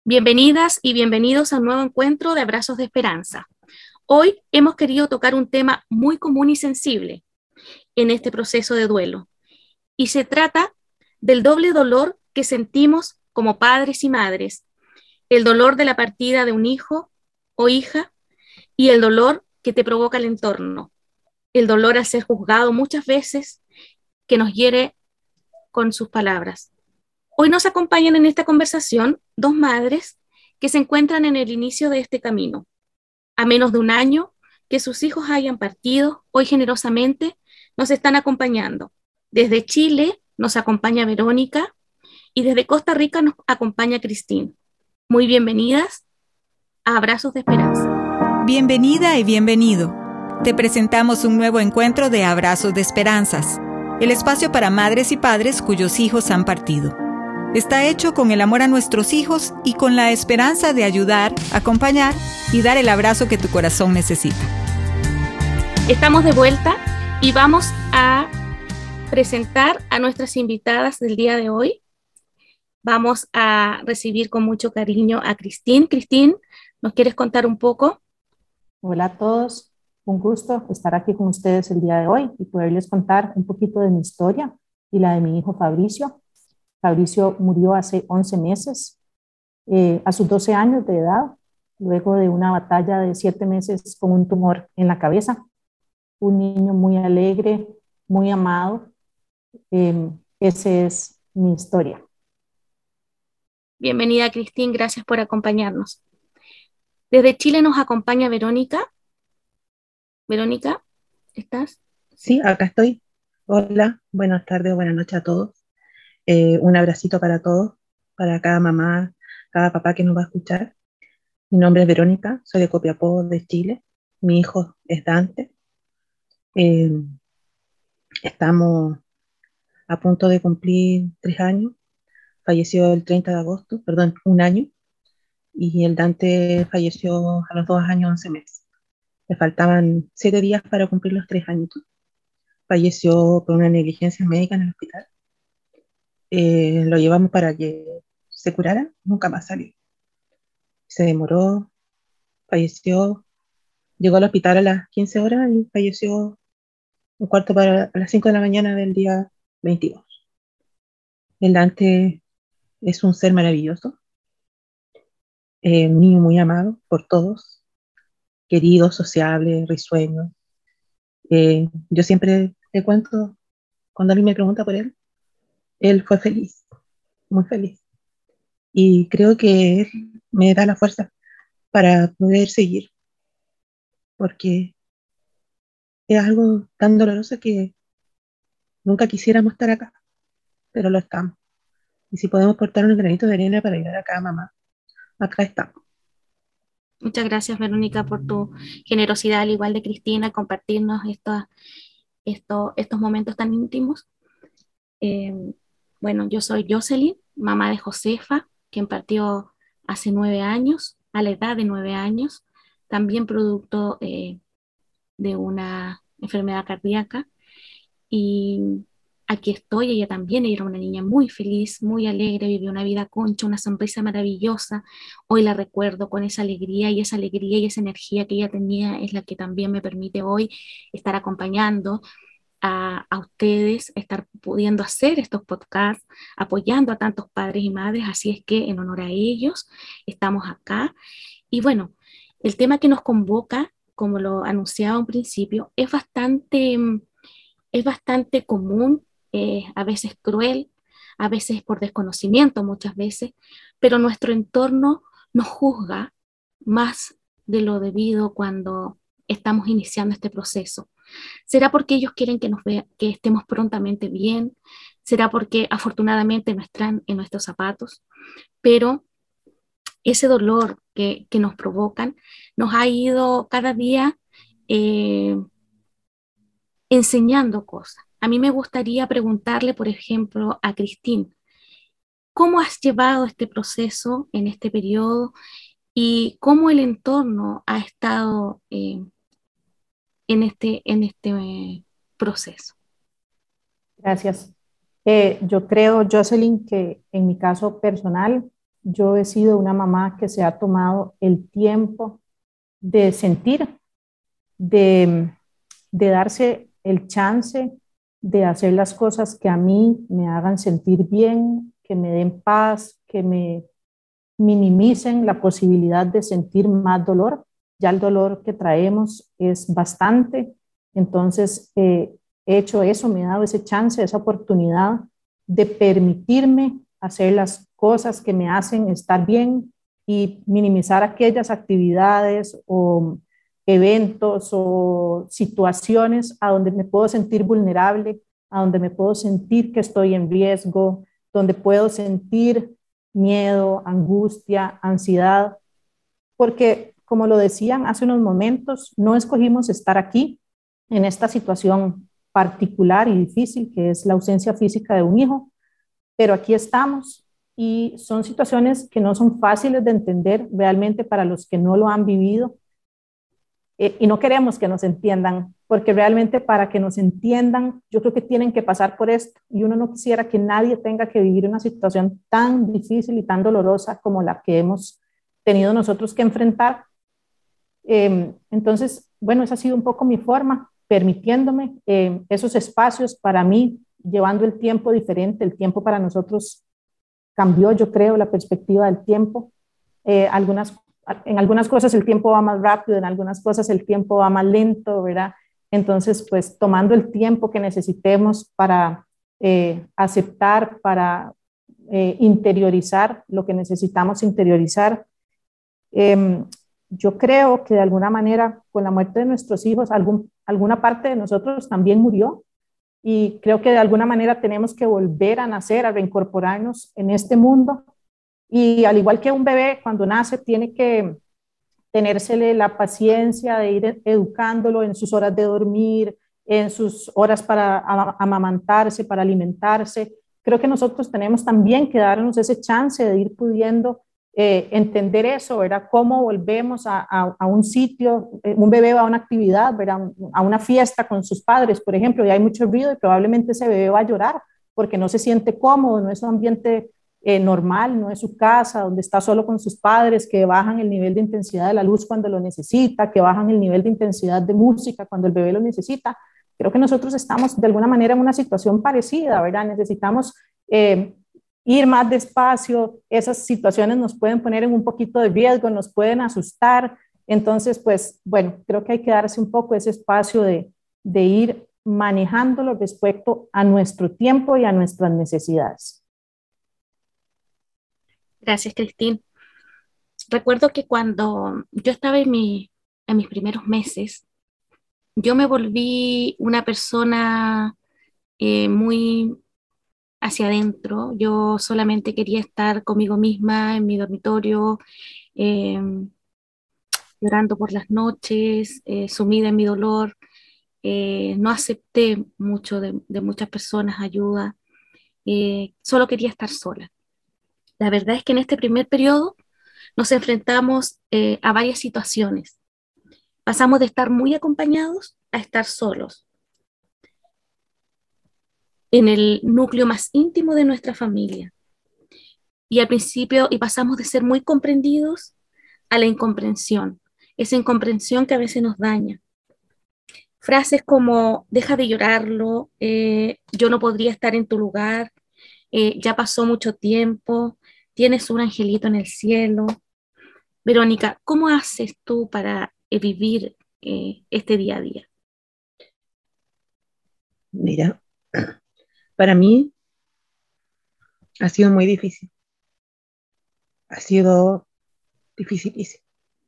Bienvenidas y bienvenidos a un nuevo encuentro de Abrazos de Esperanza. Hoy hemos querido tocar un tema muy común y sensible en este proceso de duelo, y se trata del doble dolor que sentimos como padres y madres: el dolor de la partida de un hijo o hija y el dolor que te provoca el entorno, el dolor al ser juzgado muchas veces, que nos hiere con sus palabras. Hoy nos acompañan en esta conversación dos madres que se encuentran en el inicio de este camino. A menos de un año que sus hijos hayan partido, hoy generosamente nos están acompañando. Desde Chile nos acompaña Verónica y desde Costa Rica nos acompaña Cristín. Muy bienvenidas a Abrazos de Esperanza. Bienvenida y bienvenido. Te presentamos un nuevo encuentro de Abrazos de Esperanzas, el espacio para madres y padres cuyos hijos han partido. Está hecho con el amor a nuestros hijos y con la esperanza de ayudar, acompañar y dar el abrazo que tu corazón necesita. Estamos de vuelta y vamos a presentar a nuestras invitadas del día de hoy. Vamos a recibir con mucho cariño a Cristín. Cristín, ¿nos quieres contar un poco? Hola a todos, un gusto estar aquí con ustedes el día de hoy y poderles contar un poquito de mi historia y la de mi hijo Fabricio. Fabricio murió hace 11 meses, a sus 12 años de edad, luego de una batalla de 7 meses con un tumor en la cabeza. Un niño muy alegre, muy amado. Esa es mi historia. Bienvenida, Cristín, gracias por acompañarnos. Desde Chile nos acompaña Verónica. Verónica, ¿estás? Sí, acá estoy. Hola, buenas tardes o buenas noches a todos. Un abracito para todos, para cada mamá, cada papá que nos va a escuchar. Mi nombre es Verónica, soy de Copiapó, de Chile. Mi hijo es Dante. Eh, Estamos a punto de cumplir 3 años. Falleció el 30 de agosto, perdón, un año. Y el Dante falleció a los 2 años, 11 meses. Le faltaban 7 días para cumplir los 3 años. Falleció por una negligencia médica en el hospital. Lo llevamos para que se curara, nunca más salió. Se demoró, falleció, llegó al hospital a las 15 horas y falleció un cuarto para las 5 de la mañana del día 22. El Dante es un ser maravilloso, un niño muy amado por todos, querido, sociable, risueño. Yo siempre le cuento, cuando alguien me pregunta por él fue feliz, muy feliz. Y creo que él me da la fuerza para poder seguir, porque es algo tan doloroso que nunca quisiéramos estar acá, pero lo estamos. Y si podemos portar un granito de arena para ayudar a cada mamá, acá estamos. Muchas gracias, Verónica, por tu generosidad, al igual de Cristina, compartirnos estos momentos tan íntimos. Eh, bueno, yo soy Jocelyn, mamá de Josefa, quien partió hace 9 años, a la edad de 9 años, también producto de una enfermedad cardíaca. Y aquí estoy, ella también, ella era una niña muy feliz, muy alegre, vivió una vida concha, una sonrisa maravillosa. Hoy la recuerdo con esa alegría, y esa alegría y esa energía que ella tenía es la que también me permite hoy estar acompañando a ustedes, estar pudiendo hacer estos podcasts, apoyando a tantos padres y madres. Así es que en honor a ellos estamos acá. Y bueno, el tema que nos convoca, como lo anunciaba un principio, es bastante común, a veces cruel, a veces por desconocimiento, muchas veces, pero nuestro entorno nos juzga más de lo debido cuando estamos iniciando este proceso. ¿Será porque ellos quieren que estemos prontamente bien? ¿Será porque afortunadamente no están en nuestros zapatos? Pero ese dolor que nos provocan nos ha ido cada día eh, enseñando cosas. A mí me gustaría preguntarle, por ejemplo, a Cristín, ¿cómo has llevado este proceso en este periodo y cómo el entorno ha estado en este proceso? Gracias. Yo creo, Jocelyn, que en mi caso personal, yo he sido una mamá que se ha tomado el tiempo de sentir, de, de darse el chance de hacer las cosas que a mí me hagan sentir bien, que me den paz, que me minimicen la posibilidad de sentir más dolor. Ya el dolor que traemos es bastante, entonces he hecho eso, me he dado ese chance, esa oportunidad de permitirme hacer las cosas que me hacen estar bien y minimizar aquellas actividades o eventos o situaciones a donde me puedo sentir vulnerable, a donde me puedo sentir que estoy en riesgo, donde puedo sentir miedo, angustia, ansiedad, porque como lo decían hace unos momentos, no escogimos estar aquí en esta situación particular y difícil que es la ausencia física de un hijo, pero aquí estamos y son situaciones que no son fáciles de entender realmente para los que no lo han vivido y no queremos que nos entiendan, porque realmente para que nos entiendan, yo creo que tienen que pasar por esto y uno no quisiera que nadie tenga que vivir una situación tan difícil y tan dolorosa como la que hemos tenido nosotros que enfrentar. Entonces, bueno, esa ha sido un poco mi forma, permitiéndome esos espacios para mí, llevando el tiempo diferente, el tiempo para nosotros cambió, yo creo, la perspectiva del tiempo. Eh, algunas, en algunas cosas el tiempo va más rápido, en algunas cosas el tiempo va más lento, ¿verdad? Entonces, pues tomando el tiempo que necesitemos para aceptar, para interiorizar lo que necesitamos interiorizar. Eh, yo creo que de alguna manera, con la muerte de nuestros hijos, alguna parte de nosotros también murió y creo que de alguna manera tenemos que volver a nacer, a reincorporarnos en este mundo. Y al igual que un bebé, cuando nace, tiene que tenérsele la paciencia de ir educándolo en sus horas de dormir, en sus horas para amamantarse, para alimentarse. Creo que nosotros tenemos también que darnos ese chance de ir pudiendo entender eso, ¿verdad? Cómo volvemos a un sitio, un bebé va a una actividad, ¿verdad? A una fiesta con sus padres, por ejemplo, y hay mucho ruido y probablemente ese bebé va a llorar porque no se siente cómodo, no es un ambiente normal, no es su casa, donde está solo con sus padres, que bajan el nivel de intensidad de la luz cuando lo necesita, que bajan el nivel de intensidad de música cuando el bebé lo necesita. Creo que nosotros estamos de alguna manera en una situación parecida, ¿verdad? Necesitamos ir más despacio, esas situaciones nos pueden poner en un poquito de riesgo, nos pueden asustar, entonces, pues, bueno, creo que hay que darse un poco ese espacio de ir manejándolo respecto a nuestro tiempo y a nuestras necesidades. Gracias, Cristín. Recuerdo que cuando yo estaba en mis primeros meses, yo me volví una persona muy hacia adentro. Yo solamente quería estar conmigo misma en mi dormitorio, eh, llorando por las noches, sumida en mi dolor. No acepté mucho de muchas personas ayuda. Solo quería estar sola. La verdad es que en este primer periodo nos enfrentamos a varias situaciones. Pasamos de estar muy acompañados a estar solos en el núcleo más íntimo de nuestra familia. Y al principio, y pasamos de ser muy comprendidos a la incomprensión, esa incomprensión que a veces nos daña. Frases como, deja de llorarlo, yo no podría estar en tu lugar, ya pasó mucho tiempo, tienes un angelito en el cielo. Verónica, ¿cómo haces tú para vivir este día a día? Mira, para mí ha sido muy difícil, ha sido dificilísimo,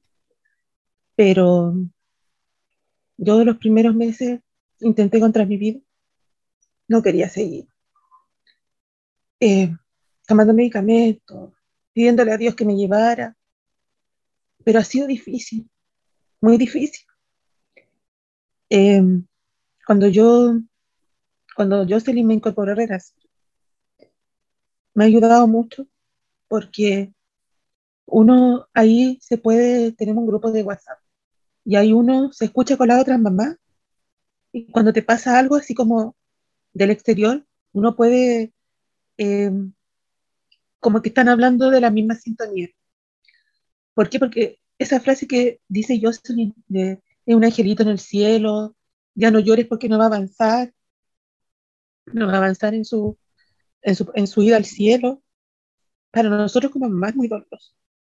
pero yo de los primeros meses intenté contra mi vida, no quería seguir, eh, tomando medicamentos, pidiéndole a Dios que me llevara, pero ha sido difícil, muy difícil. Eh, cuando yo, cuando Jocelyn me incorporó a Regas, me ha ayudado mucho porque uno ahí se puede, tenemos un grupo de WhatsApp y ahí uno se escucha con las otras mamás y cuando te pasa algo así como del exterior, uno puede eh, como que están hablando de la misma sintonía. ¿Por qué? Porque esa frase que dice Jocelyn de un angelito en el cielo, ya no llores porque no va a avanzar, no va a avanzar en su ida al cielo, para nosotros como mamás es muy doloroso,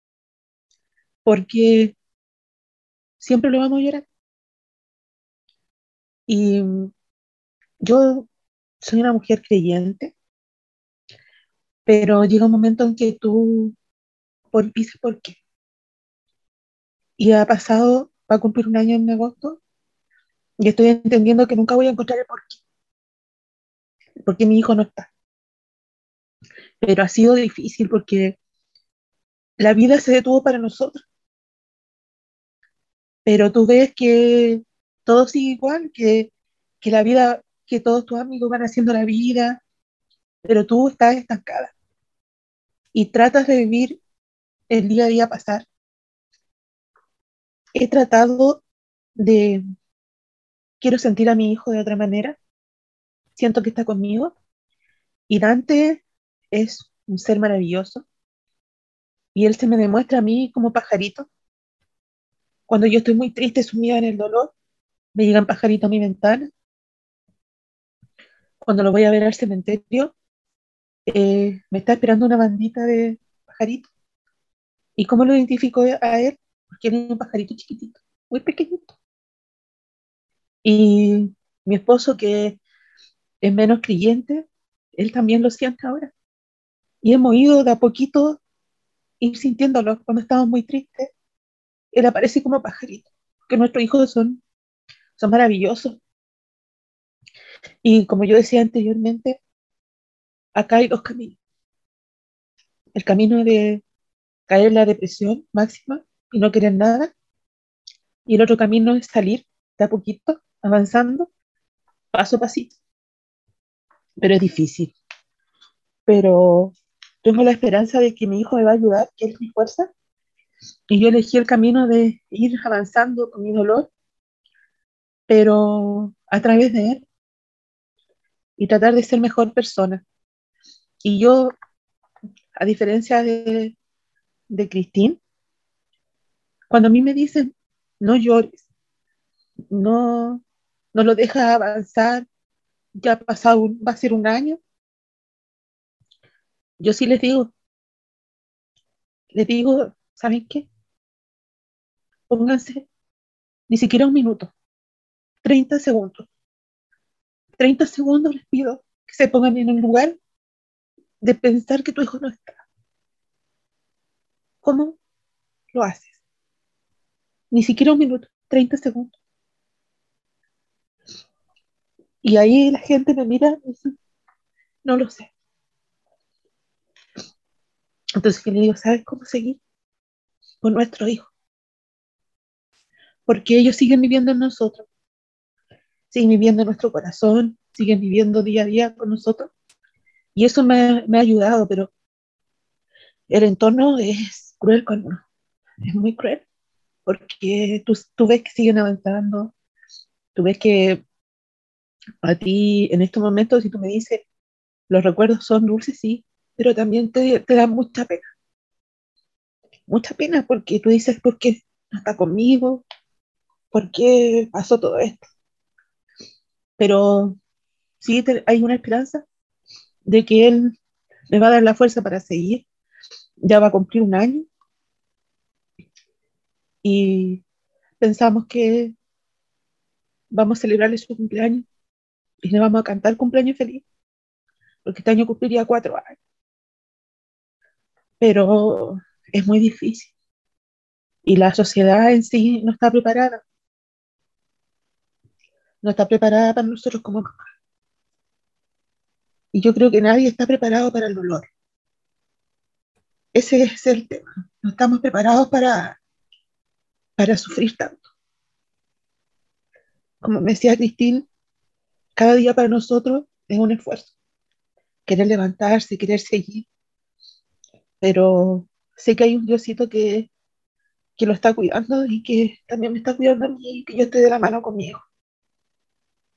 porque siempre lo vamos a llorar. Y yo soy una mujer creyente, pero llega un momento en que tú dices por qué. Y ha pasado, va a cumplir un año en agosto, y estoy entendiendo que nunca voy a encontrar el por qué mi hijo no está. Pero ha sido difícil porque la vida se detuvo para nosotros, pero tú ves que todo sigue igual, que la vida, que todos tus amigos van haciendo la vida, pero tú estás estancada y tratas de vivir el día a día pasar. He tratado de, quiero sentir a mi hijo de otra manera, siento que está conmigo y Dante es un ser maravilloso y él se me demuestra a mí como pajarito. Cuando yo estoy muy triste, sumida en el dolor, me llegan pajaritos a mi ventana. Cuando lo voy a ver al cementerio, me está esperando una bandita de pajaritos. ¿Y cómo lo identifico a él? Porque él es un pajarito chiquitito, muy pequeñito. Y mi esposo, que es menos creyente, él también lo siente ahora. Y hemos ido de a poquito ir sintiéndolo. Cuando estamos muy tristes, él aparece como pajarito. Que nuestros hijos son maravillosos. Y como yo decía anteriormente, acá hay dos caminos. El camino de caer en la depresión máxima y no querer nada. Y el otro camino es salir de a poquito, avanzando, paso a pasito. Pero es difícil. Pero tengo la esperanza de que mi hijo me va a ayudar, que él es mi fuerza. Y yo elegí el camino de ir avanzando con mi dolor, pero a través de él y tratar de ser mejor persona. Y yo, a diferencia de Cristín, cuando a mí me dicen, no llores, no, no lo dejas avanzar, ya ha pasado, va a ser un año, yo sí les digo, ¿saben qué? Pónganse ni siquiera un minuto, 30 segundos. 30 segundos les pido que se pongan en un lugar de pensar que tu hijo no está. ¿Cómo lo haces? Ni siquiera un minuto, 30 segundos. Y ahí la gente me mira y dice, no lo sé. Entonces yo le digo, ¿sabes cómo seguir con nuestro hijo? Porque ellos siguen viviendo en nosotros, siguen viviendo en nuestro corazón, siguen viviendo día a día con nosotros. Y eso me ha ayudado, pero el entorno es cruel con uno, es muy cruel, porque tú ves que siguen avanzando, tú ves que a ti en estos momentos, si tú me dices, los recuerdos son dulces, sí, pero también te da mucha pena porque tú dices, ¿por qué no está conmigo? ¿Por qué pasó todo esto? Pero sí hay una esperanza de que Él me va a dar la fuerza para seguir. Ya va a cumplir un año y pensamos que vamos a celebrarle su cumpleaños y le vamos a cantar cumpleaños feliz, porque este año cumpliría 4 años. Pero es muy difícil y la sociedad en sí no está preparada para nosotros como mamás. Y yo creo que nadie está preparado para el dolor. Ese es el tema. No estamos preparados para sufrir tanto. Como me decía Cristín, cada día para nosotros es un esfuerzo. Querer levantarse, querer seguir, pero sé que hay un Diosito que lo está cuidando y que también me está cuidando a mí y que yo esté de la mano conmigo.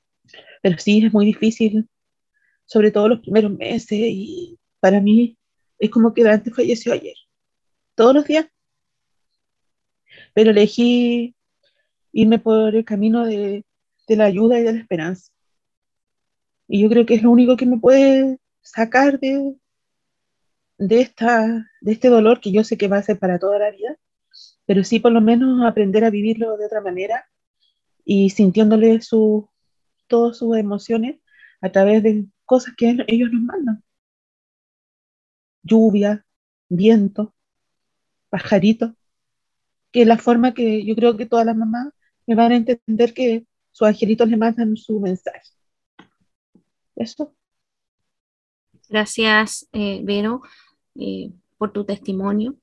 Pero sí, es muy difícil, sobre todo los primeros meses y para mí Es como que Dante falleció ayer, todos los días, pero elegí irme por el camino de la ayuda y de la esperanza. Y yo creo que es lo único que me puede sacar de este dolor que yo sé que va a ser para toda la vida, pero sí por lo menos aprender a vivirlo de otra manera y sintiéndole todas sus emociones a través de cosas que ellos nos mandan. Lluvia, viento, pajaritos, que es la forma que yo creo que todas las mamás me van a entender que sus angelitos le mandan su mensaje. Eso. Gracias, Vero, por tu testimonio.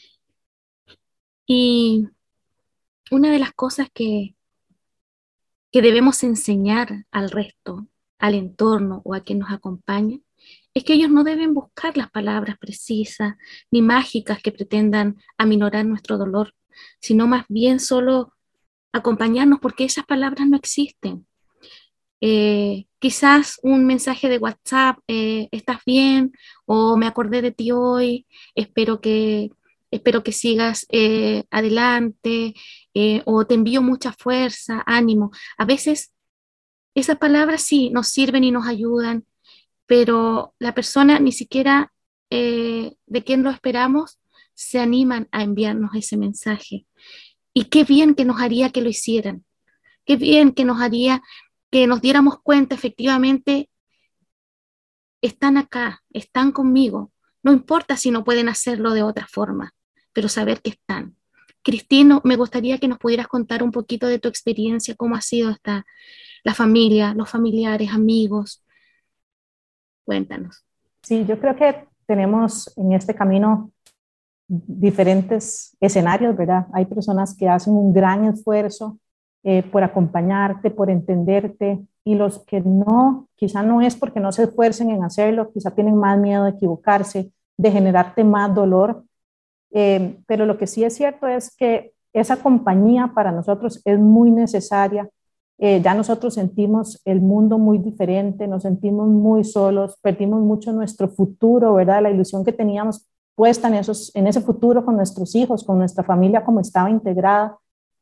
Y una de las cosas que debemos enseñar al resto, al entorno o a quien nos acompaña, es que ellos no deben buscar las palabras precisas ni mágicas que pretendan aminorar nuestro dolor, sino más bien solo acompañarnos porque esas palabras no existen. Quizás un mensaje de WhatsApp, ¿estás bien? O me acordé de ti hoy, espero que, espero que sigas adelante, o te envío mucha fuerza, ánimo. A veces esas palabras sí nos sirven y nos ayudan, pero la persona ni siquiera de quien lo esperamos se animan a enviarnos ese mensaje. Y qué bien que nos haría que lo hicieran, qué bien que nos haría que nos diéramos cuenta efectivamente, están acá, están conmigo. No importa si no pueden hacerlo de otra forma, pero saber que están. Cristino, me gustaría que nos pudieras contar un poquito de tu experiencia, cómo ha sido la familia, los familiares, amigos. Cuéntanos. Sí, yo creo que tenemos en este camino diferentes escenarios, ¿verdad? Hay personas que hacen un gran esfuerzo por acompañarte, por entenderte, y los que no, quizá no es porque no se esfuercen en hacerlo, quizá tienen más miedo de equivocarse, de generarte más dolor, pero lo que sí es cierto es que esa compañía para nosotros es muy necesaria. Ya nosotros sentimos el mundo muy diferente, nos sentimos muy solos, perdimos mucho nuestro futuro, ¿verdad? La ilusión que teníamos puesta en ese futuro con nuestros hijos, con nuestra familia, como estaba integrada.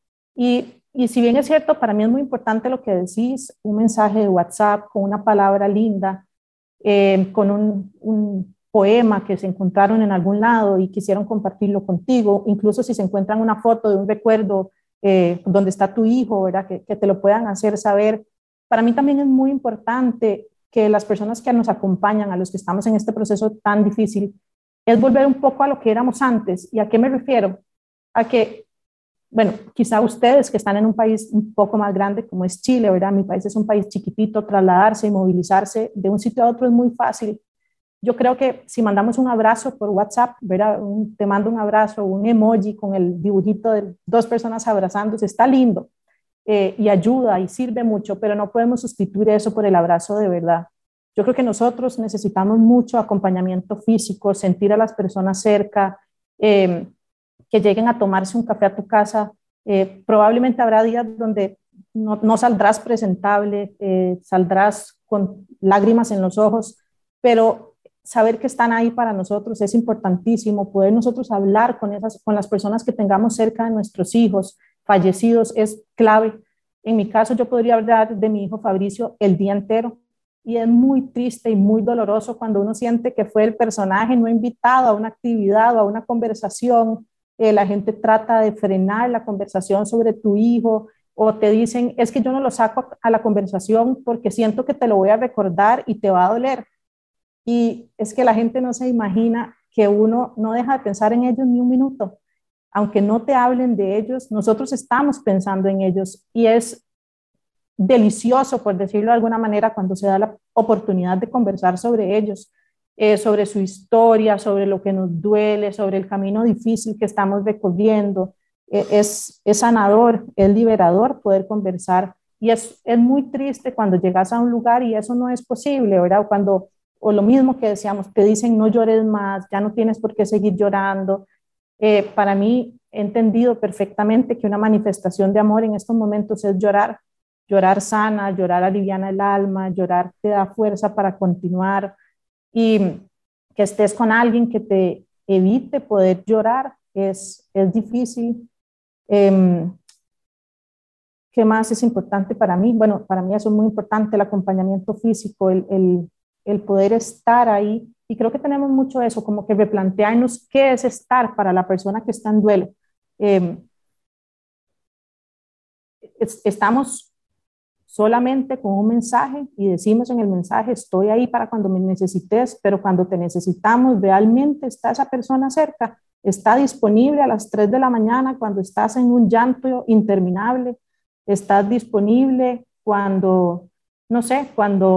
Y si bien es cierto, para mí es muy importante lo que decís, un mensaje de WhatsApp con una palabra linda, con un poema que se encontraron en algún lado y quisieron compartirlo contigo, incluso si se encuentran una foto de un recuerdo donde está tu hijo, ¿verdad? Que te lo puedan hacer saber. Para mí también es muy importante que las personas que nos acompañan, a los que estamos en este proceso tan difícil, es volver un poco a lo que éramos antes. ¿Y a qué me refiero? A que, bueno, quizá ustedes que están en un país un poco más grande como es Chile, ¿verdad? Mi país es un país chiquitito, trasladarse y movilizarse de un sitio a otro es muy fácil. Yo creo que si mandamos un abrazo por WhatsApp, ¿verdad? Te mando un abrazo, un emoji con el dibujito de dos personas abrazándose, está lindo y ayuda y sirve mucho, pero no podemos sustituir eso por el abrazo de verdad. Yo creo que nosotros necesitamos mucho acompañamiento físico, sentir a las personas cerca, eh, que lleguen a tomarse un café a tu casa. Probablemente habrá días donde no saldrás presentable, saldrás con lágrimas en los ojos, pero saber que están ahí para nosotros es importantísimo. Poder nosotros hablar con las personas que tengamos cerca de nuestros hijos fallecidos es clave. En mi caso, yo podría hablar de mi hijo Fabricio el día entero, y es muy triste y muy doloroso cuando uno siente que fue el personaje no invitado a una actividad o a una conversación. La gente trata de frenar la conversación sobre tu hijo, o te dicen, es que yo no lo saco a la conversación porque siento que te lo voy a recordar y te va a doler. Y es que la gente no se imagina que uno no deja de pensar en ellos ni un minuto. Aunque no te hablen de ellos, nosotros estamos pensando en ellos, y es delicioso, por decirlo de alguna manera, cuando se da la oportunidad de conversar sobre ellos, sobre su historia, sobre lo que nos duele, sobre el camino difícil que estamos recorriendo. Es sanador, es liberador poder conversar, y es muy triste cuando llegas a un lugar y eso no es posible, ¿verdad? O lo mismo que decíamos, te dicen no llores más, ya no tienes por qué seguir llorando. Para mí, he entendido perfectamente que una manifestación de amor en estos momentos es llorar. Llorar sana, llorar aliviana el alma, llorar te da fuerza para continuar. Y que estés con alguien que te evite poder llorar es difícil. ¿Qué más es importante para mí? Bueno, para mí eso es muy importante, el acompañamiento físico, el poder estar ahí. Y creo que tenemos mucho eso, como que replantearnos qué es estar para la persona que está en duelo. Eh, estamos solamente con un mensaje y decimos en el mensaje, estoy ahí para cuando me necesites, pero cuando te necesitamos, realmente está esa persona cerca, está disponible a las 3 de la mañana cuando estás en un llanto interminable, estás disponible cuando, no sé,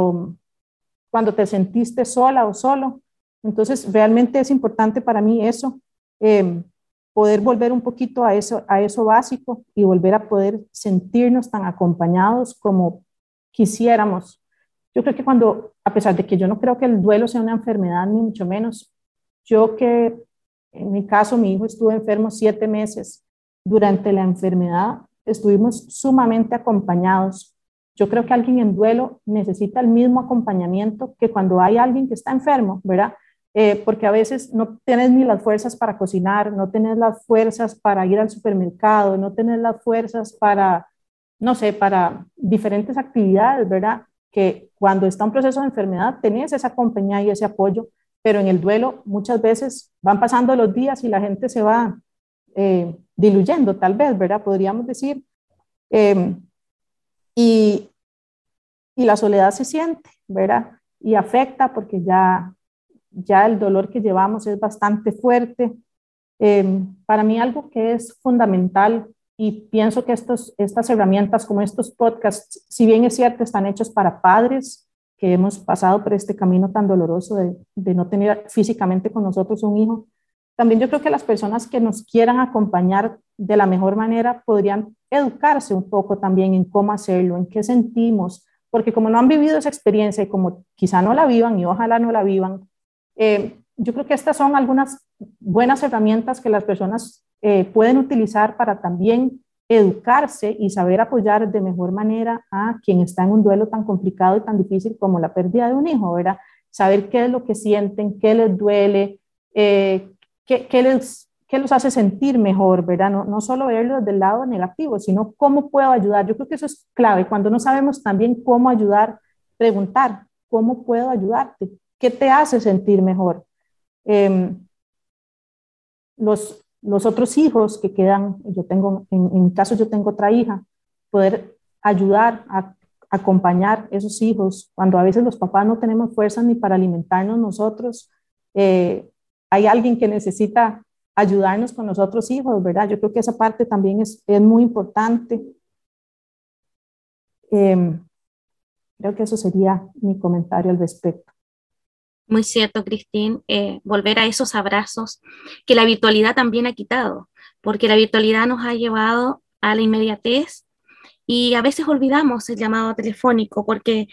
cuando te sentiste sola o solo. Entonces, realmente es importante para mí eso, eh, poder volver un poquito a eso básico y volver a poder sentirnos tan acompañados como quisiéramos. Yo creo que cuando, a pesar de que yo no creo que el duelo sea una enfermedad, ni mucho menos, yo que en mi caso, mi hijo estuvo enfermo 7 meses. Durante la enfermedad estuvimos sumamente acompañados. Yo creo que alguien en duelo necesita el mismo acompañamiento que cuando hay alguien que está enfermo, ¿verdad? Porque a veces no tienes ni las fuerzas para cocinar, no tienes las fuerzas para ir al supermercado, no tienes las fuerzas para, no sé, para diferentes actividades, ¿verdad? Que cuando está un proceso de enfermedad tenés esa compañía y ese apoyo, pero en el duelo muchas veces van pasando los días y la gente se va diluyendo, tal vez, ¿verdad? Podríamos decir. Eh, y, y la soledad se siente, ¿verdad? Y afecta porque ya el dolor que llevamos es bastante fuerte. Para mí algo que es fundamental y pienso que estas herramientas como estos podcasts, si bien es cierto, están hechos para padres que hemos pasado por este camino tan doloroso de no tener físicamente con nosotros un hijo, también yo creo que las personas que nos quieran acompañar de la mejor manera podrían educarse un poco también en cómo hacerlo, en qué sentimos, porque como no han vivido esa experiencia y como quizá no la vivan y ojalá no la vivan, yo creo que estas son algunas buenas herramientas que las personas pueden utilizar para también educarse y saber apoyar de mejor manera a quien está en un duelo tan complicado y tan difícil como la pérdida de un hijo, ¿verdad? Saber qué es lo que sienten, qué les duele, eh, qué los hace sentir mejor, ¿verdad? No solo verlo desde el lado negativo, sino cómo puedo ayudar. Yo creo que eso es clave. Cuando no sabemos también cómo ayudar, preguntar, ¿cómo puedo ayudarte? ¿Qué te hace sentir mejor? Eh, los otros hijos que quedan, yo tengo, en mi caso yo tengo otra hija, poder ayudar a acompañar esos hijos, cuando a veces los papás no tenemos fuerzas ni para alimentarnos nosotros, hay alguien que necesita ayudarnos con los otros hijos, ¿verdad? Yo creo que esa parte también es muy importante. Creo que eso sería mi comentario al respecto. Muy cierto, Cristín, volver a esos abrazos que la virtualidad también ha quitado, porque la virtualidad nos ha llevado a la inmediatez y a veces olvidamos el llamado telefónico porque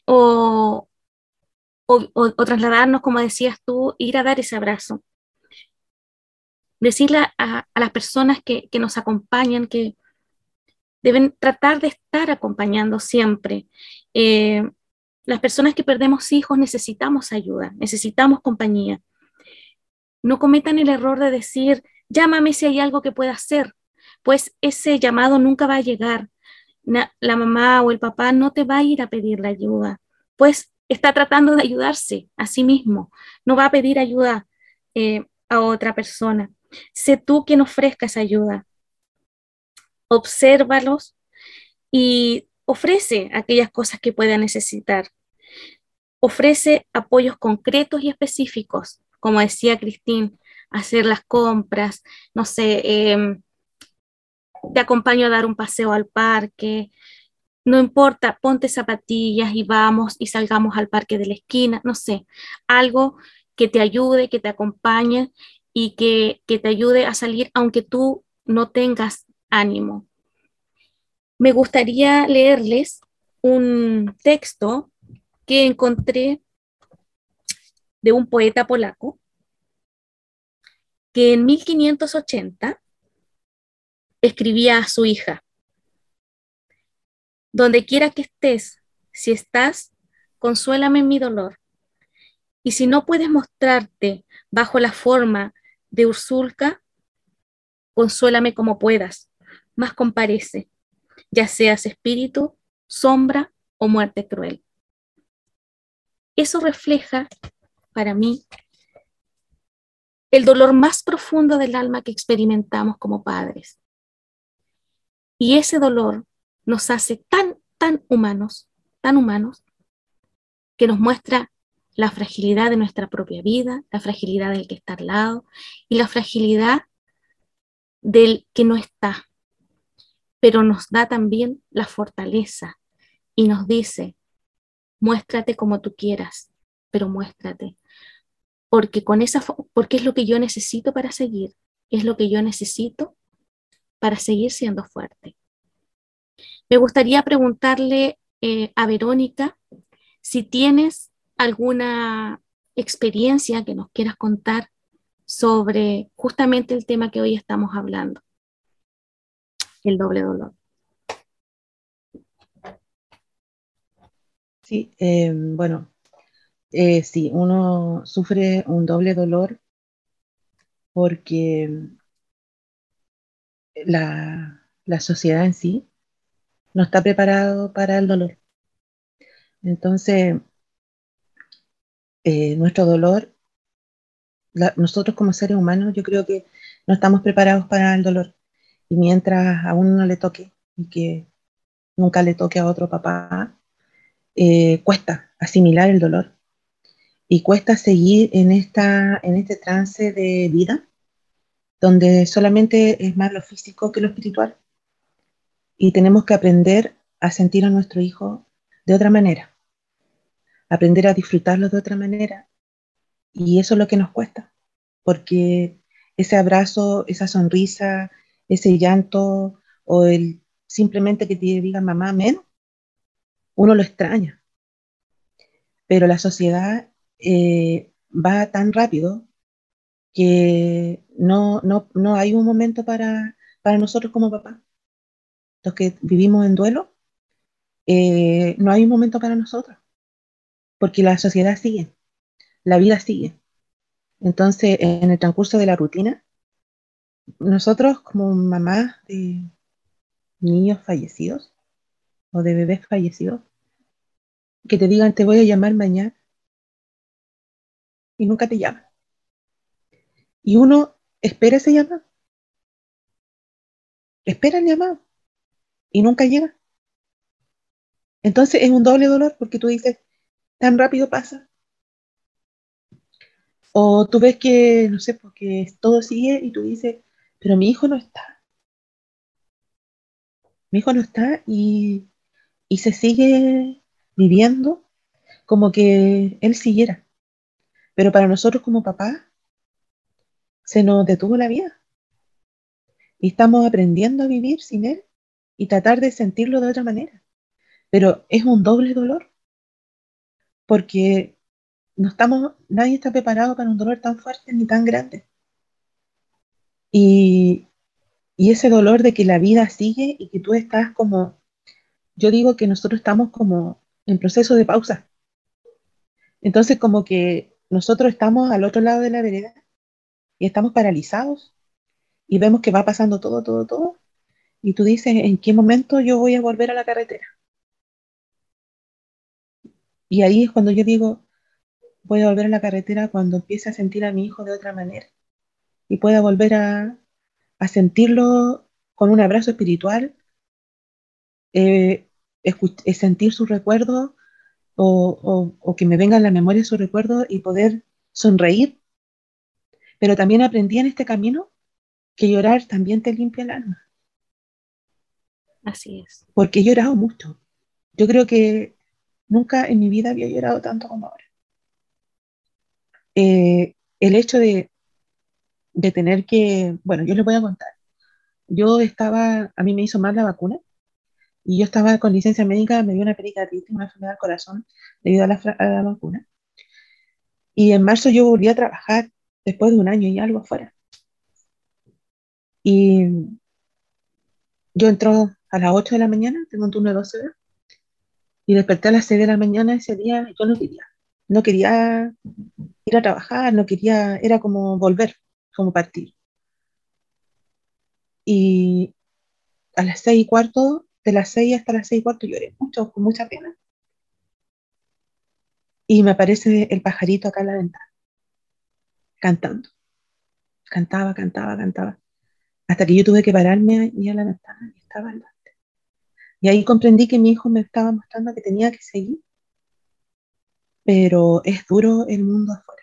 o trasladarnos, como decías tú, ir a dar ese abrazo. Decirle a las personas que nos acompañan que deben tratar de estar acompañando siempre. Eh, las personas que perdemos hijos necesitamos ayuda, necesitamos compañía. No cometan el error de decir, llámame si hay algo que pueda hacer, pues ese llamado nunca va a llegar. La mamá o el papá no te va a ir a pedir la ayuda, pues está tratando de ayudarse a sí mismo, no va a pedir ayuda a otra persona. Sé tú quien ofrezca esa ayuda. Obsérvalos y ofrece aquellas cosas que pueda necesitar. Ofrece apoyos concretos y específicos, como decía Cristín, hacer las compras, no sé, te acompaño a dar un paseo al parque, no importa, ponte zapatillas y vamos y salgamos al parque de la esquina, no sé, algo que te ayude, que te acompañe y que te ayude a salir aunque tú no tengas ánimo. Me gustaría leerles un texto que encontré de un poeta polaco que en 1580 escribía a su hija: donde quiera que estés, si estás, consuélame en mi dolor. Y si no puedes mostrarte bajo la forma de Ursulka, consuélame como puedas, mas comparece, ya seas espíritu, sombra o muerte cruel. Eso refleja, para mí, el dolor más profundo del alma que experimentamos como padres. Y ese dolor nos hace tan humanos, que nos muestra la fragilidad de nuestra propia vida, la fragilidad del que está al lado y la fragilidad del que no está, pero nos da también la fortaleza y nos dice, muéstrate como tú quieras, pero muéstrate, porque porque es lo que yo necesito para seguir, es lo que yo necesito para seguir siendo fuerte. Me gustaría preguntarle a Verónica si tienes alguna experiencia que nos quieras contar sobre justamente el tema que hoy estamos hablando, el doble dolor. Sí, bueno, sí, uno sufre un doble dolor porque la sociedad en sí no está preparado para el dolor. Entonces, nuestro dolor, nosotros como seres humanos, yo creo que no estamos preparados para el dolor. Y mientras a uno no le toque, y que nunca le toque a otro papá, cuesta asimilar el dolor y cuesta seguir en este trance de vida donde solamente es más lo físico que lo espiritual y tenemos que aprender a sentir a nuestro hijo de otra manera, aprender a disfrutarlo de otra manera y eso es lo que nos cuesta, porque ese abrazo, esa sonrisa, ese llanto o el simplemente que te diga mamá, amén, uno lo extraña, pero la sociedad va tan rápido que no hay un momento para nosotros como papás, los que vivimos en duelo, no hay un momento para nosotros, porque la sociedad sigue, la vida sigue. Entonces, en el transcurso de la rutina, nosotros como mamás de niños fallecidos o de bebés fallecidos, que te digan te voy a llamar mañana y nunca te llaman. Y uno espera ese llamado, espera el llamado y nunca llega. Entonces es un doble dolor porque tú dices, tan rápido pasa. O tú ves que, no sé, porque todo sigue y tú dices, pero mi hijo no está y se sigue viviendo como que él siguiera. Pero para nosotros como papá se nos detuvo la vida y estamos aprendiendo a vivir sin él y tratar de sentirlo de otra manera. Pero es un doble dolor porque nadie está preparado para un dolor tan fuerte ni tan grande. Y, y ese dolor de que la vida sigue y que tú estás como, yo digo que nosotros estamos como en proceso de pausa. Entonces como que nosotros estamos al otro lado de la vereda y estamos paralizados y vemos que va pasando todo, y tú dices, ¿en qué momento yo voy a volver a la carretera? Y ahí es cuando yo digo, voy a volver a la carretera cuando empiece a sentir a mi hijo de otra manera y pueda volver a sentirlo con un abrazo espiritual, eh, sentir sus recuerdos o que me vengan a la memoria sus recuerdos y poder sonreír. Pero también aprendí en este camino que llorar también te limpia el alma, Así es. porque he llorado mucho. Yo creo que nunca en mi vida había llorado tanto como ahora. El hecho de tener que, bueno, yo les voy a contar. A mí me hizo mal la vacuna y yo estaba con licencia médica, me dio una pericarditis, una enfermedad del corazón debido a la vacuna. Y en marzo yo volví a trabajar después de un año y algo afuera. Y yo entro a las 8 de la mañana, tengo un turno de 12 horas, y desperté a las 6 de la mañana ese día, yo no quería. no quería ir a trabajar, no quería, era como volver, como partir. Y a las 6:15, de las 6 hasta las 6:15 lloré mucho, con mucha pena. Y me aparece el pajarito acá en la ventana, cantando. Cantaba, cantaba, cantaba. Hasta que yo tuve que pararme y a la ventana y estaba al lado. Y ahí comprendí que mi hijo me estaba mostrando que tenía que seguir, pero es duro el mundo afuera,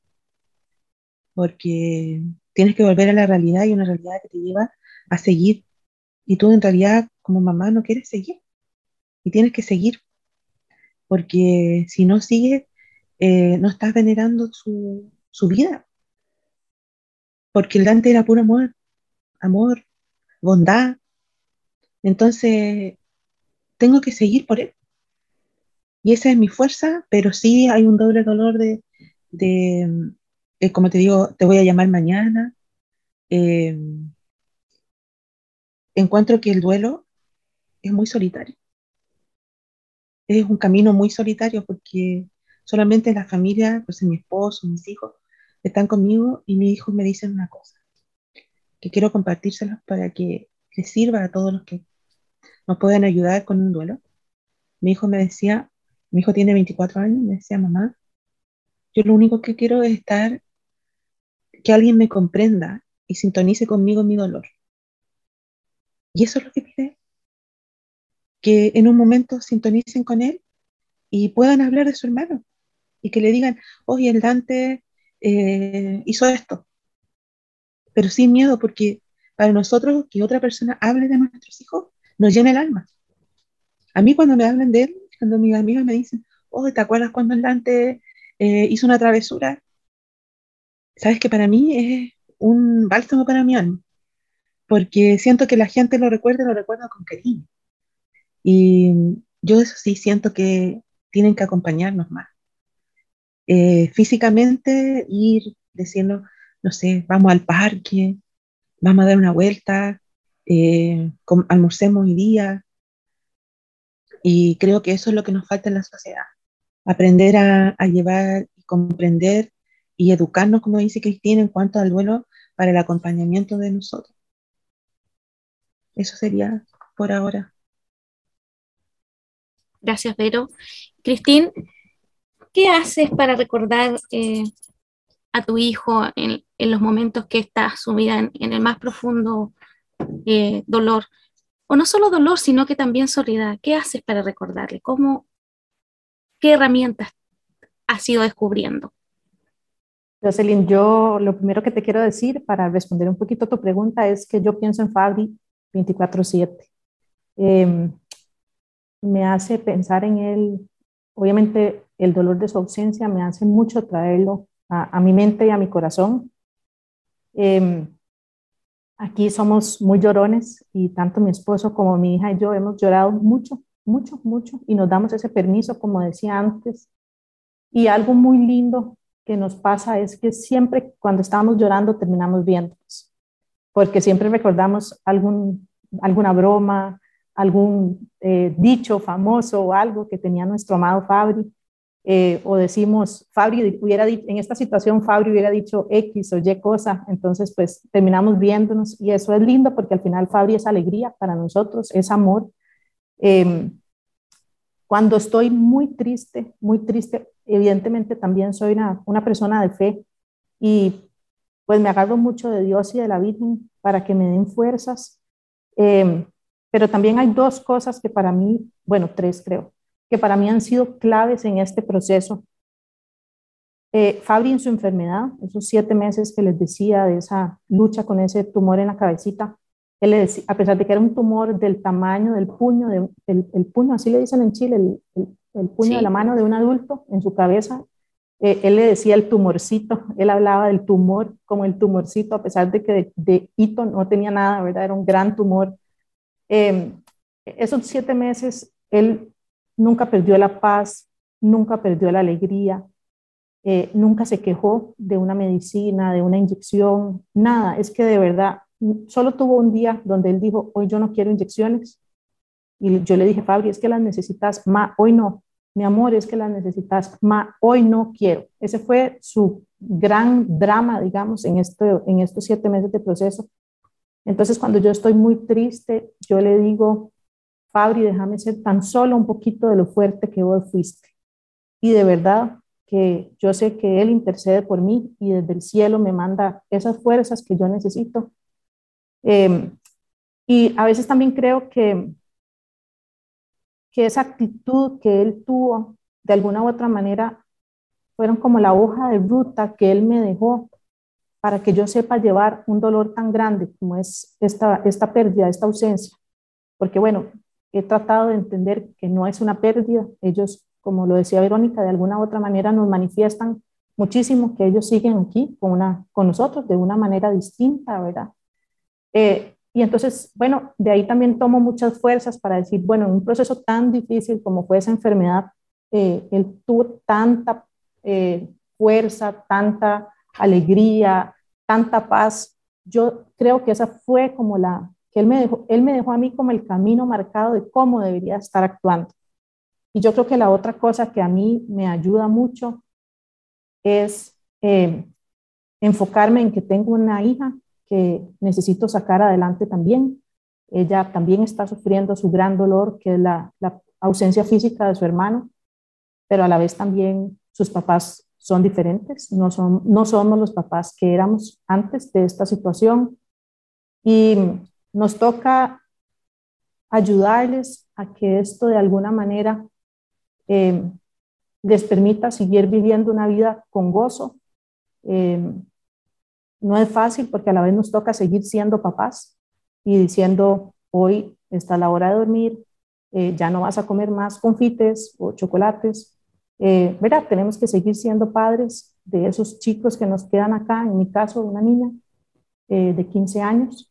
porque tienes que volver a la realidad y una realidad que te lleva a seguir. Y tú en realidad como mamá no quieres seguir y tienes que seguir, porque si no sigues, no estás venerando su vida, porque el Dante era puro amor, amor, bondad. Entonces tengo que seguir por él. Y esa es mi fuerza, pero sí hay un doble dolor de, como te digo, te voy a llamar mañana. Eh, encuentro que el duelo es muy solitario. Es un camino muy solitario porque solamente la familia, pues mi esposo, mis hijos, están conmigo y mis hijos me dicen una cosa, que quiero compartírselos para que les sirva a todos los que nos puedan ayudar con un duelo. Mi hijo me decía, mi hijo tiene 24 años, me decía, mamá, yo lo único que quiero es estar, que alguien me comprenda y sintonice conmigo en mi dolor. Y eso es lo que pide, que en un momento sintonicen con él y puedan hablar de su hermano y que le digan, oye, el Dante hizo esto, pero sin miedo, porque para nosotros que otra persona hable de nuestros hijos nos llena el alma. A mí cuando me hablan de él, cuando mis amigos me dicen, oh, ¿te acuerdas cuando el Dante hizo una travesura? Sabes que para mí es un bálsamo para mi alma, porque siento que la gente lo recuerda con cariño. Y yo eso sí siento que tienen que acompañarnos más. Físicamente ir diciendo, no sé, vamos al parque, vamos a dar una vuelta, almorcemos hoy día, y creo que eso es lo que nos falta en la sociedad, aprender a llevar y comprender y educarnos, como dice Cristina, en cuanto al duelo para el acompañamiento de nosotros. Eso sería por ahora. Gracias, Vero. Cristín, ¿qué haces para recordar a tu hijo en los momentos que está sumida en el más profundo dolor? O no solo dolor, sino que también soledad. ¿Qué haces para recordarle? ¿Qué herramientas has ido descubriendo? Jocelyn, yo lo primero que te quiero decir para responder un poquito a tu pregunta es que yo pienso en Fabri 24/7. Eh, Me hace pensar en él, obviamente el dolor de su ausencia me hace mucho traerlo a mi mente y a mi corazón. Eh, Aquí somos muy llorones y tanto mi esposo como mi hija y yo hemos llorado mucho, mucho, mucho y nos damos ese permiso, como decía antes. Y algo muy lindo que nos pasa es que siempre cuando estamos llorando terminamos viéndonos, porque siempre recordamos alguna broma, algún dicho famoso o algo que tenía nuestro amado Fabri, o decimos, Fabri hubiera dicho, en esta situación Fabri hubiera dicho X o Y cosa, entonces pues terminamos viéndonos y eso es lindo porque al final Fabri es alegría para nosotros, es amor. Eh, Cuando estoy muy triste, evidentemente también soy una persona de fe y pues me agarro mucho de Dios y de la Virgen para que me den fuerzas. Eh, pero también hay dos cosas que para mí, bueno, tres creo, que para mí han sido claves en este proceso. Fabri en su enfermedad, esos 7 meses que les decía de esa lucha con ese tumor en la cabecita, él le decía, a pesar de que era un tumor del tamaño del puño, el puño, así le dicen en Chile, el puño de la Sí, mano de un adulto en su cabeza, él le decía el tumorcito, él hablaba del tumor como el tumorcito, a pesar de que de hito no tenía nada, ¿verdad? Era un gran tumor. Eh, Esos 7 meses, él nunca perdió la paz, nunca perdió la alegría, nunca se quejó de una medicina, de una inyección, nada. Es que de verdad, solo tuvo un día donde él dijo, hoy yo no quiero inyecciones. Y yo le dije, Fabri, es que las necesitas, hoy no. mi amor, es que las necesitas, ma, hoy no quiero. Ese fue su gran drama, digamos, en estos 7 meses de proceso. Entonces, cuando yo estoy muy triste, yo le digo, Fabri, déjame ser tan solo un poquito de lo fuerte que vos fuiste. Y de verdad que yo sé que Él intercede por mí y desde el cielo me manda esas fuerzas que yo necesito. Y a veces también creo que esa actitud que Él tuvo, de alguna u otra manera, fueron como la hoja de ruta que Él me dejó para que yo sepa llevar un dolor tan grande como es esta pérdida, esta ausencia. Porque bueno, he tratado de entender que no es una pérdida. Ellos, como lo decía Verónica, de alguna u otra manera nos manifiestan muchísimo que ellos siguen aquí con nosotros de una manera distinta, ¿verdad? Y entonces, bueno, de ahí también tomo muchas fuerzas para decir, bueno, en un proceso tan difícil como fue esa enfermedad, él tuvo tanta fuerza, tanta alegría, tanta paz. Yo creo que esa fue como que él me dejó a mí como el camino marcado de cómo debería estar actuando. Y yo creo que la otra cosa que a mí me ayuda mucho es enfocarme en que tengo una hija que necesito sacar adelante también. Ella también está sufriendo su gran dolor, que es la ausencia física de su hermano, pero a la vez también sus papás son diferentes, no somos los papás que éramos antes de esta situación y nos toca ayudarles a que esto de alguna manera les permita seguir viviendo una vida con gozo. No es fácil porque a la vez nos toca seguir siendo papás y diciendo, hoy está la hora de dormir, ya no vas a comer más confites o chocolates. ¿Verdad? Tenemos que seguir siendo padres de esos chicos que nos quedan acá, en mi caso, una niña de 15 años,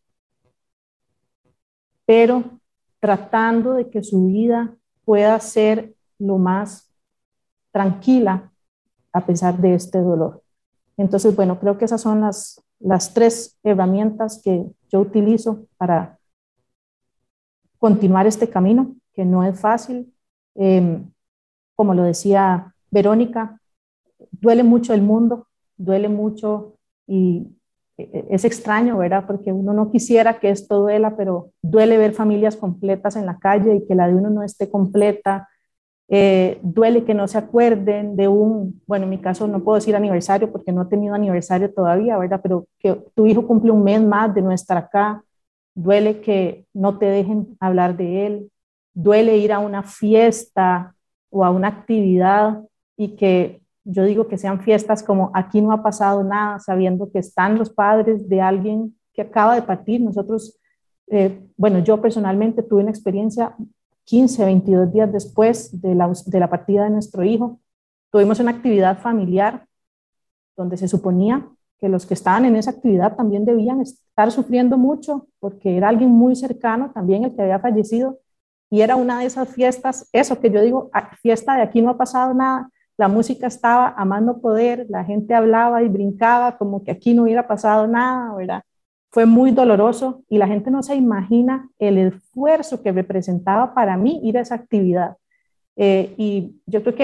pero tratando de que su vida pueda ser lo más tranquila a pesar de este dolor. Entonces, bueno, creo que esas son las 3 herramientas que yo utilizo para continuar este camino, que no es fácil. Como lo decía Verónica, duele mucho el mundo, duele mucho y es extraño, ¿verdad? Porque uno no quisiera que esto duela, pero duele ver familias completas en la calle y que la de uno no esté completa. Duele que no se acuerden de bueno, en mi caso no puedo decir aniversario porque no he tenido aniversario todavía, ¿verdad? Pero que tu hijo cumple un mes más de no estar acá. Duele que no te dejen hablar de él. Duele ir a una fiesta o a una actividad y que yo digo que sean fiestas como aquí no ha pasado nada, sabiendo que están los padres de alguien que acaba de partir. Nosotros, bueno, yo personalmente tuve una experiencia 15, 22 días después de la partida de nuestro hijo. Tuvimos una actividad familiar donde se suponía que los que estaban en esa actividad también debían estar sufriendo mucho porque era alguien muy cercano también el que había fallecido y era una de esas fiestas, eso que yo digo, fiesta de aquí no ha pasado nada, la música estaba a más no poder, la gente hablaba y brincaba como que aquí no hubiera pasado nada, ¿verdad? Fue muy doloroso y la gente no se imagina el esfuerzo que representaba para mí ir a esa actividad. Y yo creo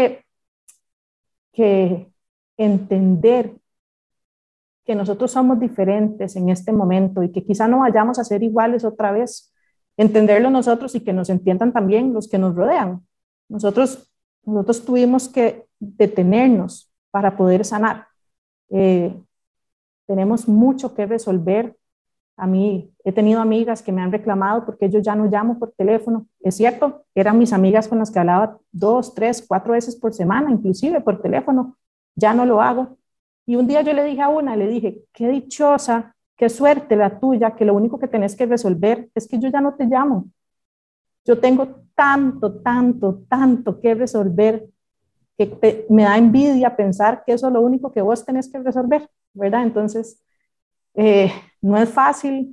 que entender que nosotros somos diferentes en este momento y que quizá no vayamos a ser iguales otra vez, entenderlo nosotros y que nos entiendan también los que nos rodean. Nosotros tuvimos que detenernos para poder sanar. Tenemos mucho que resolver. A mí he tenido amigas que me han reclamado porque yo ya no llamo por teléfono. Es cierto, eran mis amigas con las que hablaba 2, 3, 4 veces por semana, inclusive por teléfono. Ya no lo hago. Y un día yo le dije a una, le dije, qué dichosa, qué suerte la tuya, que lo único que tenés que resolver es que yo ya no te llamo. Yo tengo tanto, tanto, tanto que resolver que me da envidia pensar que eso es lo único que vos tenés que resolver, ¿verdad? Entonces, no es fácil,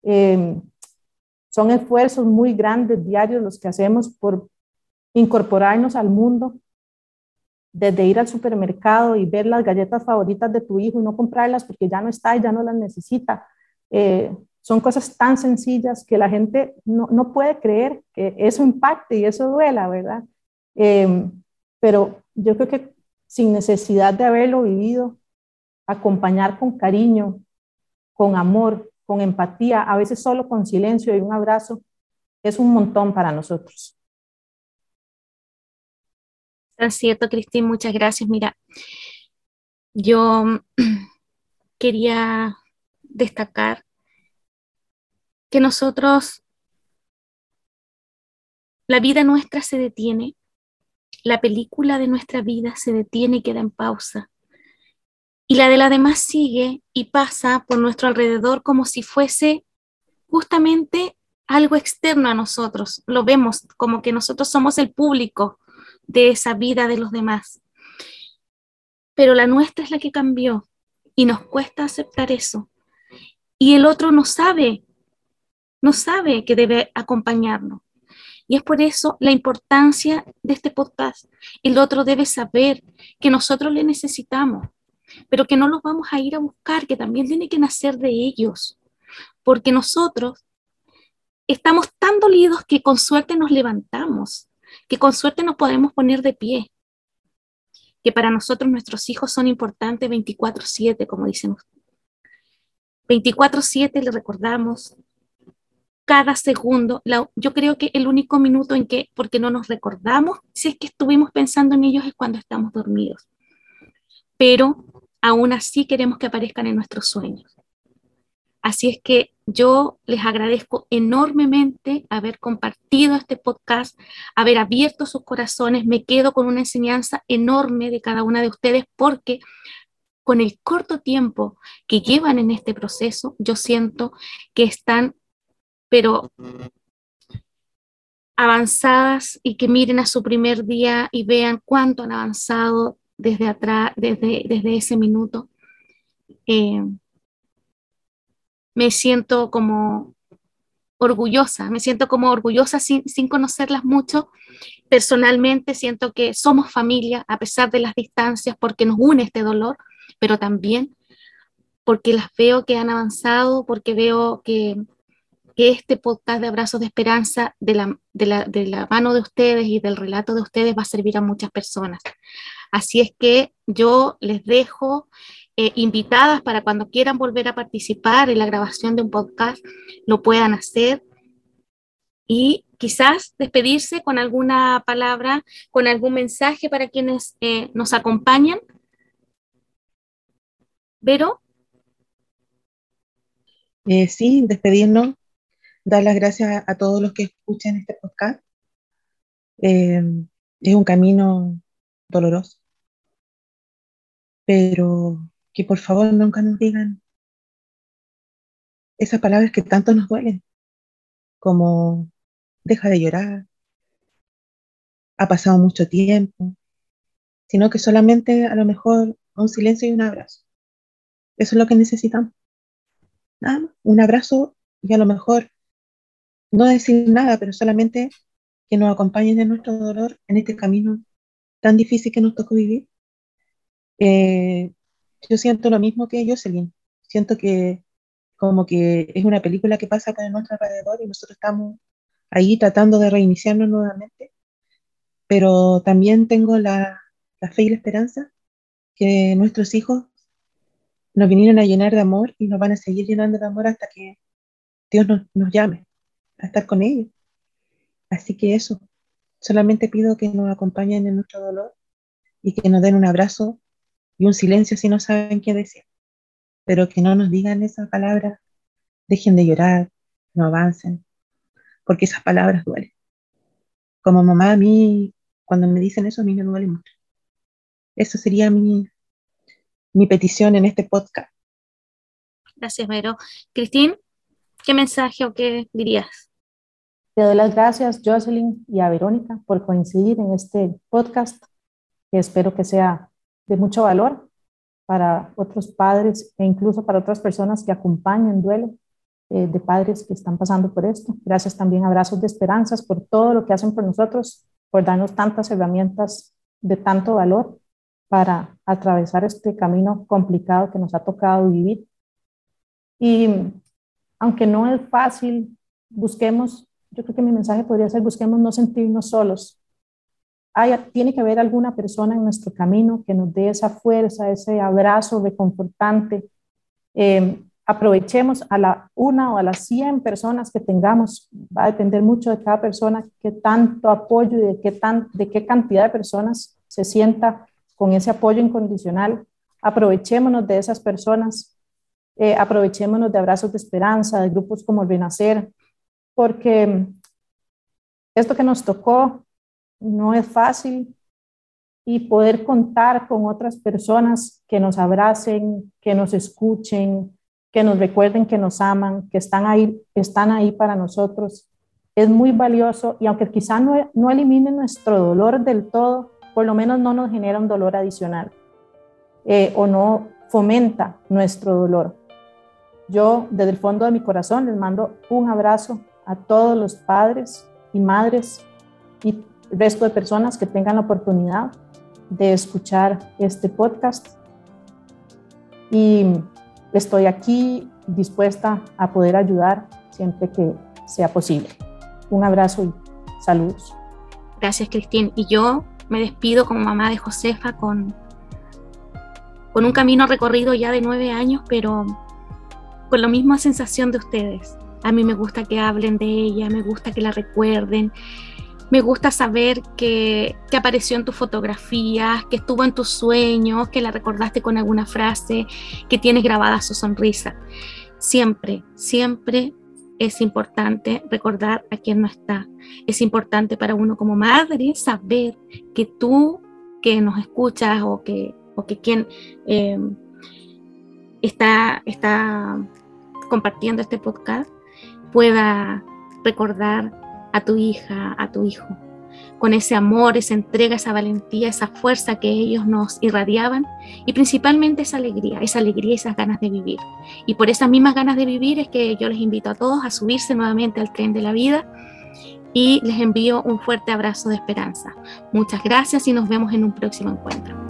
son esfuerzos muy grandes diarios los que hacemos por incorporarnos al mundo, desde ir al supermercado y ver las galletas favoritas de tu hijo y no comprarlas porque ya no está y ya no las necesita. Son cosas tan sencillas que la gente no puede creer que eso impacte y eso duela, ¿verdad? pero yo creo que sin necesidad de haberlo vivido, acompañar con cariño, con amor, con empatía, a veces solo con silencio y un abrazo, es un montón para nosotros. Es cierto, Cristín, muchas gracias. Mira, yo quería destacar que nosotros, la vida nuestra se detiene, la película de nuestra vida se detiene y queda en pausa. Y la de la demás sigue y pasa por nuestro alrededor como si fuese justamente algo externo a nosotros. Lo vemos como que nosotros somos el público de esa vida de los demás. Pero la nuestra es la que cambió y nos cuesta aceptar eso. Y el otro no sabe que debe acompañarnos. Y es por eso la importancia de este podcast. El otro debe saber que nosotros le necesitamos, pero que no los vamos a ir a buscar, que también tiene que nacer de ellos, porque nosotros estamos tan dolidos que con suerte nos levantamos, que con suerte nos podemos poner de pie, que para nosotros nuestros hijos son importantes 24/7, como dicen ustedes. 24/7 le recordamos cada segundo. Yo creo que el único minuto en que, porque no nos recordamos, si es que estuvimos pensando en ellos, es cuando estamos dormidos. Pero aún así queremos que aparezcan en nuestros sueños. Así es que yo les agradezco enormemente haber compartido este podcast, haber abierto sus corazones. Me quedo con una enseñanza enorme de cada una de ustedes porque con el corto tiempo que llevan en este proceso, yo siento que están, pero avanzadas, y que miren a su primer día y vean cuánto han avanzado desde atrás, desde ese minuto. Me siento como orgullosa sin conocerlas mucho. Personalmente siento que somos familia a pesar de las distancias porque nos une este dolor, pero también porque las veo que han avanzado, porque veo que este podcast de Abrazos de Esperanza, de la mano de ustedes y del relato de ustedes, va a servir a muchas personas. Así es que yo les dejo invitadas para cuando quieran volver a participar en la grabación de un podcast, lo puedan hacer y quizás despedirse con alguna palabra, con algún mensaje para quienes nos acompañan. Vero. Sí, despedirnos, dar las gracias a todos los que escuchan este podcast. Eh, es un camino doloroso, pero que por favor nunca nos digan esas palabras que tanto nos duelen, como deja de llorar, ha pasado mucho tiempo, sino que solamente a lo mejor un silencio y un abrazo. Eso es lo que necesitamos. Nada más, un abrazo y a lo mejor no decir nada, pero solamente que nos acompañen en nuestro dolor en este camino tan difícil que nos tocó vivir. Eh, yo siento lo mismo que Jocelyn. Siento que como que es una película que pasa por nuestro alrededor y nosotros estamos ahí tratando de reiniciarnos nuevamente, pero también tengo la fe y la esperanza que nuestros hijos nos vinieron a llenar de amor y nos van a seguir llenando de amor hasta que Dios nos llame a estar con ellos. Así que eso, solamente pido que nos acompañen en nuestro dolor y que nos den un abrazo y un silencio si no saben qué decir, pero que no nos digan esas palabras, dejen de llorar, no avancen, porque esas palabras duelen. Como mamá, a mí, cuando me dicen eso, a mí me duele mucho. Eso sería mi petición en este podcast. Gracias, Vero. Cristín, ¿qué mensaje o qué dirías? Te doy las gracias, Jocelyn, y a Verónica por coincidir en este podcast, que espero que sea de mucho valor para otros padres e incluso para otras personas que acompañan duelo de padres que están pasando por esto. Gracias también a Abrazos de Esperanzas por todo lo que hacen por nosotros, por darnos tantas herramientas de tanto valor para atravesar este camino complicado que nos ha tocado vivir. Y aunque no es fácil, busquemos, yo creo que mi mensaje podría ser, busquemos no sentirnos solos, tiene que haber alguna persona en nuestro camino que nos dé esa fuerza, ese abrazo reconfortante. Aprovechemos a la 1 o a las 100 personas que tengamos. Va a depender mucho de cada persona, qué tanto apoyo y de qué cantidad de personas se sienta con ese apoyo incondicional. Aprovechémonos de esas personas, aprovechémonos de abrazos de esperanza, de grupos como Renacer, porque esto que nos tocó no es fácil, y poder contar con otras personas que nos abracen, que nos escuchen, que nos recuerden que nos aman, que están ahí para nosotros, es muy valioso, y aunque quizá no elimine nuestro dolor del todo, por lo menos no nos genera un dolor adicional o no fomenta nuestro dolor. Yo, desde el fondo de mi corazón, les mando un abrazo a todos los padres y madres y el resto de personas que tengan la oportunidad de escuchar este podcast, y estoy aquí dispuesta a poder ayudar siempre que sea posible. Un abrazo y saludos. Gracias, Cristín. Y yo me despido como mamá de Josefa con un camino recorrido ya de 9 años, pero con la misma sensación de ustedes. A mí me gusta que hablen de ella, me gusta que la recuerden, me gusta saber que apareció en tus fotografías, que estuvo en tus sueños, que la recordaste con alguna frase, que tienes grabada su sonrisa. Siempre, siempre es importante recordar a quien no está. Es importante para uno como madre saber que tú que nos escuchas o que quien está compartiendo este podcast pueda recordar a tu hija, a tu hijo, con ese amor, esa entrega, esa valentía, esa fuerza que ellos nos irradiaban, y principalmente esa alegría y esas ganas de vivir. Y por esas mismas ganas de vivir es que yo les invito a todos a subirse nuevamente al tren de la vida, y les envío un fuerte abrazo de esperanza. Muchas gracias y nos vemos en un próximo encuentro.